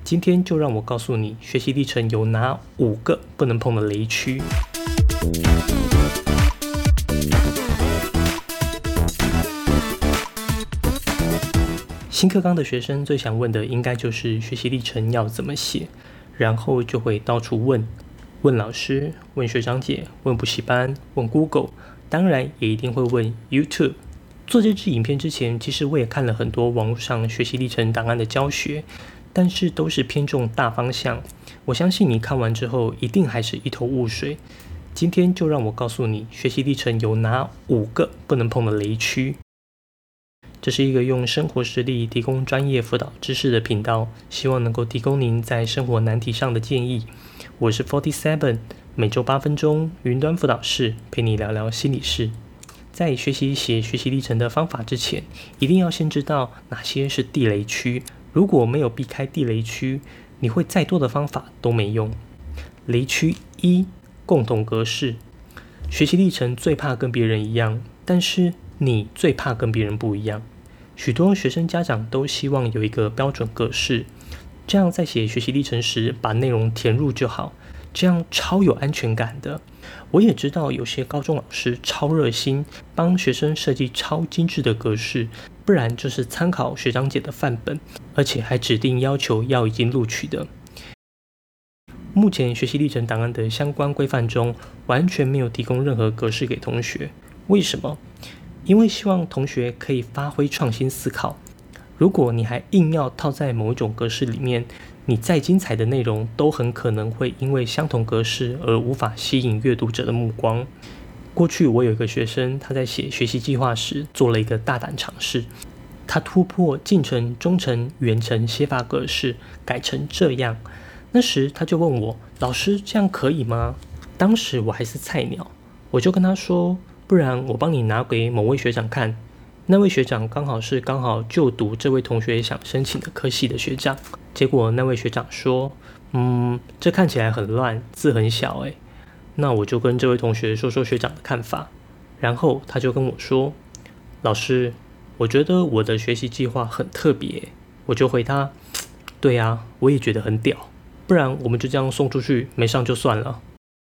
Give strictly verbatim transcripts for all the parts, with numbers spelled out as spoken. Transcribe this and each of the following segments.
今天就让我告诉你，学习历程有哪五个不能碰的雷区。新课纲的学生最想问的应该就是学习历程要怎么写，然后就会到处问，问老师，问学长姐，问补习班，问 Google， 当然也一定会问 YouTube。做这支影片之前，其实我也看了很多网络上学习历程档案的教学，但是都是偏重大方向。我相信你看完之后，一定还是一头雾水。今天就让我告诉你，学习历程有哪五个不能碰的雷区。这是一个用生活实例提供专业辅导知识的频道，希望能够提供您在生活难题上的建议。我是 Forty-Seven， 每周八分钟云端辅导室，陪你聊聊心理事。在学习写学习历程的方法之前，一定要先知道哪些是地雷区。如果没有避开地雷区，你会再多的方法都没用。雷区一：共同格式。学习历程最怕跟别人一样，但是你最怕跟别人不一样。许多学生家长都希望有一个标准格式，这样在写学习历程时把内容填入就好，这样超有安全感的。我也知道有些高中老师超热心，帮学生设计超精致的格式，不然就是参考学长姐的范本，而且还指定要求要已经录取的。目前学习历程档案的相关规范中，完全没有提供任何格式给同学。为什么？因为希望同学可以发挥创新思考。如果你还硬要套在某一种格式里面，你再精彩的内容都很可能会因为相同格式而无法吸引阅读者的目光。过去我有一个学生，他在写学习计划时做了一个大胆尝试，他突破进程、中程、远程写法格式，改成这样。那时他就问我，老师这样可以吗？当时我还是菜鸟，我就跟他说，不然我帮你拿给某位学长看。那位学长刚好是刚好就读这位同学想申请的科系的学长。结果那位学长说，嗯，这看起来很乱，字很小诶。那我就跟这位同学说说学长的看法。然后他就跟我说，老师，我觉得我的学习计划很特别。我就回他，对啊，我也觉得很屌，不然我们就这样送出去，没上就算了。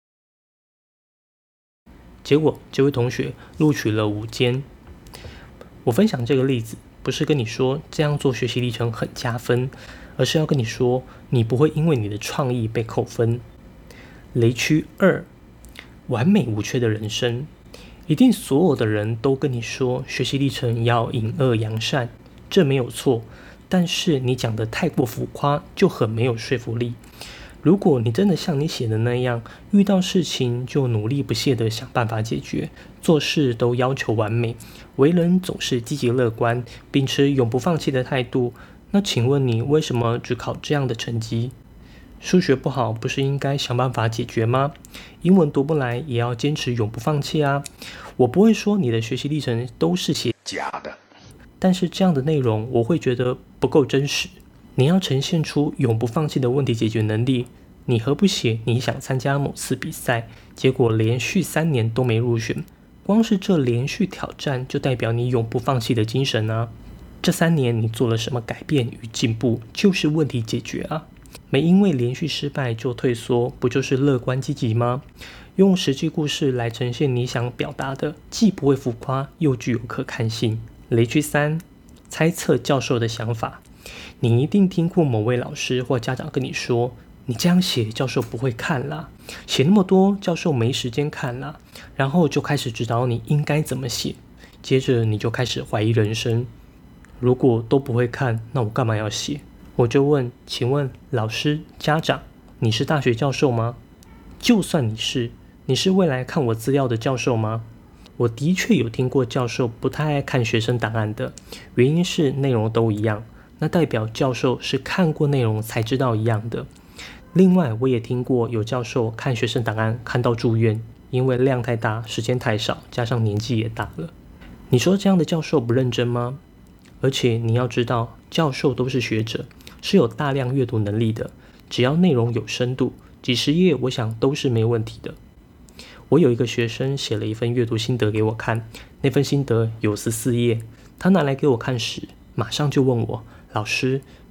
结果这位同学录取了五间。我分享这个例子，不是跟你说这样做学习历程很加分，而是要跟你说，你不会因为你的创意被扣分。雷区二：完美无缺的人生。一定所有的人都跟你说学习历程要隐恶扬善，这没有错，但是你讲的太过浮夸，就很没有说服力。如果你真的像你写的那样，遇到事情就努力不懈地想办法解决，做事都要求完美，为人总是积极乐观，秉持永不放弃的态度，那请问你为什么只考这样的成绩？数学不好不是应该想办法解决吗？英文读不来也要坚持永不放弃啊！我不会说你的学习历程都是写假的， 但是这样的内容我会觉得不够真实。你要呈现出永不放弃的问题解决能力，你何不写你想参加某次比赛，结果连续三年都没入选？光是这连续挑战就代表你永不放弃的精神啊！这三年你做了什么改变与进步，就是问题解决啊！没因为连续失败就退缩，不就是乐观积极吗？用实际故事来呈现你想表达的，既不会浮夸，又具有可看性。雷区三：猜测教授的想法。你一定听过某位老师或家长跟你说，你这样写教授不会看啦，写那么多教授没时间看啦，然后就开始指导你应该怎么写。接着你就开始怀疑人生，如果都不会看，那我干嘛要写？我就问，请问老师、家长，你是大学教授吗？就算你是，你是未来看我资料的教授吗？我的确有听过教授不太爱看学生档案的，原因是内容都一样，那代表教授是看过内容才知道一样的。另外我也听过有教授看学生档案看到住院，因为量太大，时间太少，加上年纪也大了。你说这样的教授不认真吗？而且你要知道，教授都是学者，是有大量阅读能力的，只要内容有深度，几十页我想都是没问题的。我有一个学生写了一份阅读心得给我看，那份心得有十四页，他拿来给我看时，马上就问我，老师，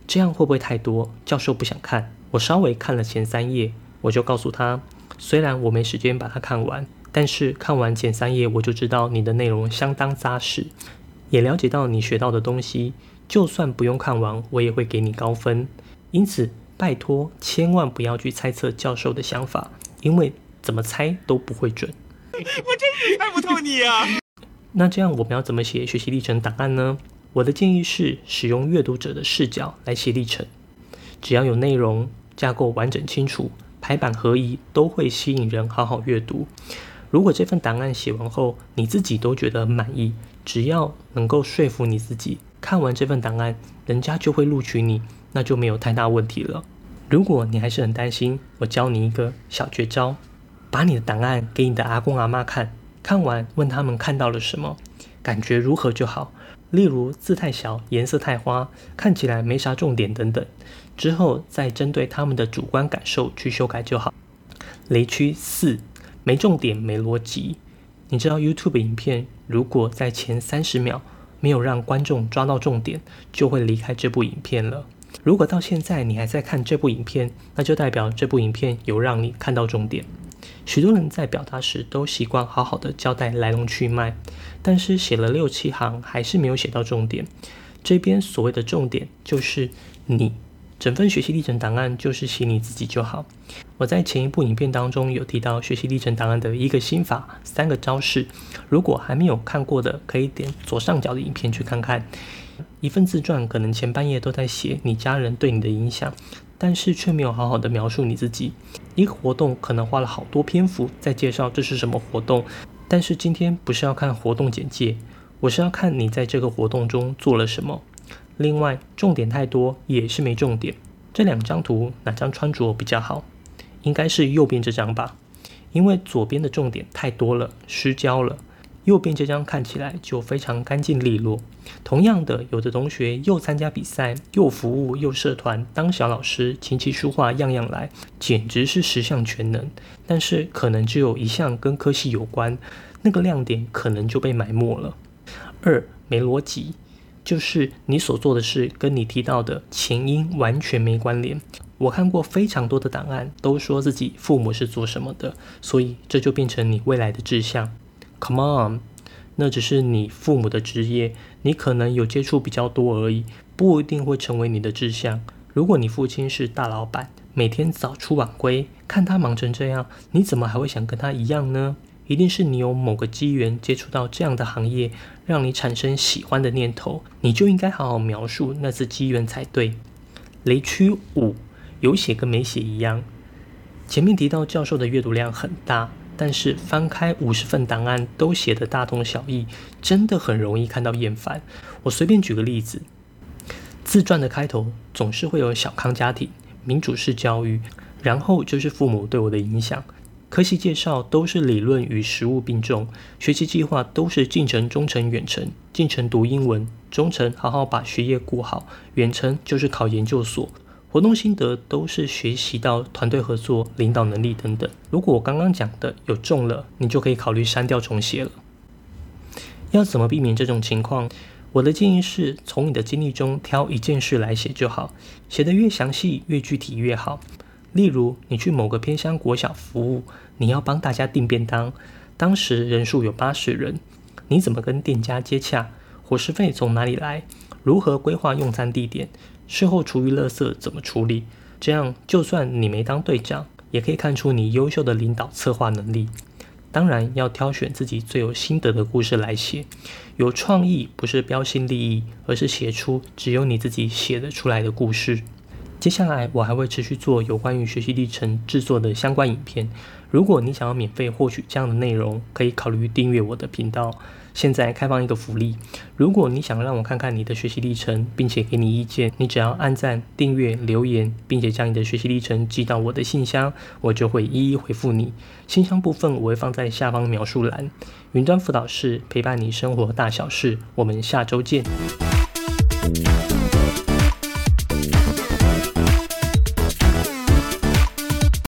这样会不会太多？教授不想看。我稍微看了前三页，我就告诉他，虽然我没时间把它看完，但是看完前三页我就知道你的内容相当扎实，也了解到你学到的东西，就算不用看完，我也会给你高分。因此，拜托千万不要去猜测教授的想法，因为怎么猜都不会准。 我真是猜不透你啊！ 那这样我们要怎么写学习历程档案呢？我的建议是使用阅读者的视角来写历程，只要有内容，架构完整清楚，排版合一，都会吸引人好好阅读。如果这份档案写完后，你自己都觉得很满意，只要能够说服你自己，看完这份档案，人家就会录取你，那就没有太大问题了。如果你还是很担心，我教你一个小绝招，把你的档案给你的阿公阿嬷看，看完问他们看到了什么，感觉如何就好。例如字太小、颜色太花、看起来没啥重点等等，之后再针对他们的主观感受去修改就好。雷区四，没重点没逻辑。你知道 YouTube 影片如果在前三十秒没有让观众抓到重点，就会离开这部影片了。如果到现在你还在看这部影片，那就代表这部影片有让你看到重点。许多人在表达时都习惯好好的交代来龙去脉，但是写了六七行还是没有写到重点。这边所谓的重点就是你，整份学习历程档案就是写你自己就好。我在前一部影片当中有提到学习历程档案的一个心法，三个招式，如果还没有看过的，可以点左上角的影片去看看。一份自传可能前半页都在写你家人对你的影响，但是却没有好好的描述你自己。一个活动可能花了好多篇幅在介绍这是什么活动，但是今天不是要看活动简介，我是要看你在这个活动中做了什么。另外，重点太多也是没重点。这两张图哪张穿着比较好？应该是右边这张吧，因为左边的重点太多了，失焦了。右边这张看起来就非常干净利落。同样的，有的同学又参加比赛，又服务，又社团，当小老师，琴棋书画样样来，简直是十项全能。但是可能只有一项跟科系有关，那个亮点可能就被埋没了。二，没逻辑，就是你所做的事跟你提到的前因完全没关联。我看过非常多的档案，都说自己父母是做什么的，所以这就变成你未来的志向。Come on， 那只是你父母的职业，你可能有接触比较多而已，不一定会成为你的志向。如果你父亲是大老板，每天早出晚归，看他忙成这样，你怎么还会想跟他一样呢？一定是你有某个机缘接触到这样的行业，让你产生喜欢的念头，你就应该好好描述那次机缘才对。雷区五，有写跟没写一样。前面提到教授的阅读量很大，但是翻开五十份档案都写得大同小异，真的很容易看到厌烦。我随便举个例子，自传的开头总是会有小康家庭、民主式教育，然后就是父母对我的影响。科系介绍都是理论与实务并重，学习计划都是进程、中程、远程。进程读英文，中程好好把学业顾好，远程就是考研究所。活动心得都是学习到团队合作、领导能力等等。如果我刚刚讲的有中了，你就可以考虑删掉重写了。要怎么避免这种情况？我的建议是从你的经历中挑一件事来写就好，写得越详细、越具体越好。例如，你去某个偏乡国小服务，你要帮大家订便当，当时人数有八十人，你怎么跟店家接洽？伙食费从哪里来？如何规划用餐地点？事后厨余垃圾怎么处理？这样就算你没当队长，也可以看出你优秀的领导策划能力。当然要挑选自己最有心得的故事来写，有创意不是标新立异，而是写出只有你自己写得出来的故事。接下来我还会持续做有关于学习历程制作的相关影片，如果你想要免费获取这样的内容，可以考虑订阅我的频道。现在开放一个福利，如果你想让我看看你的学习历程，并且给你意见，你只要按赞、订阅、留言，并且将你的学习历程寄到我的信箱，我就会一一回复你。信箱部分我会放在下方描述栏。云端辅导室陪伴你生活大小事，我们下周见。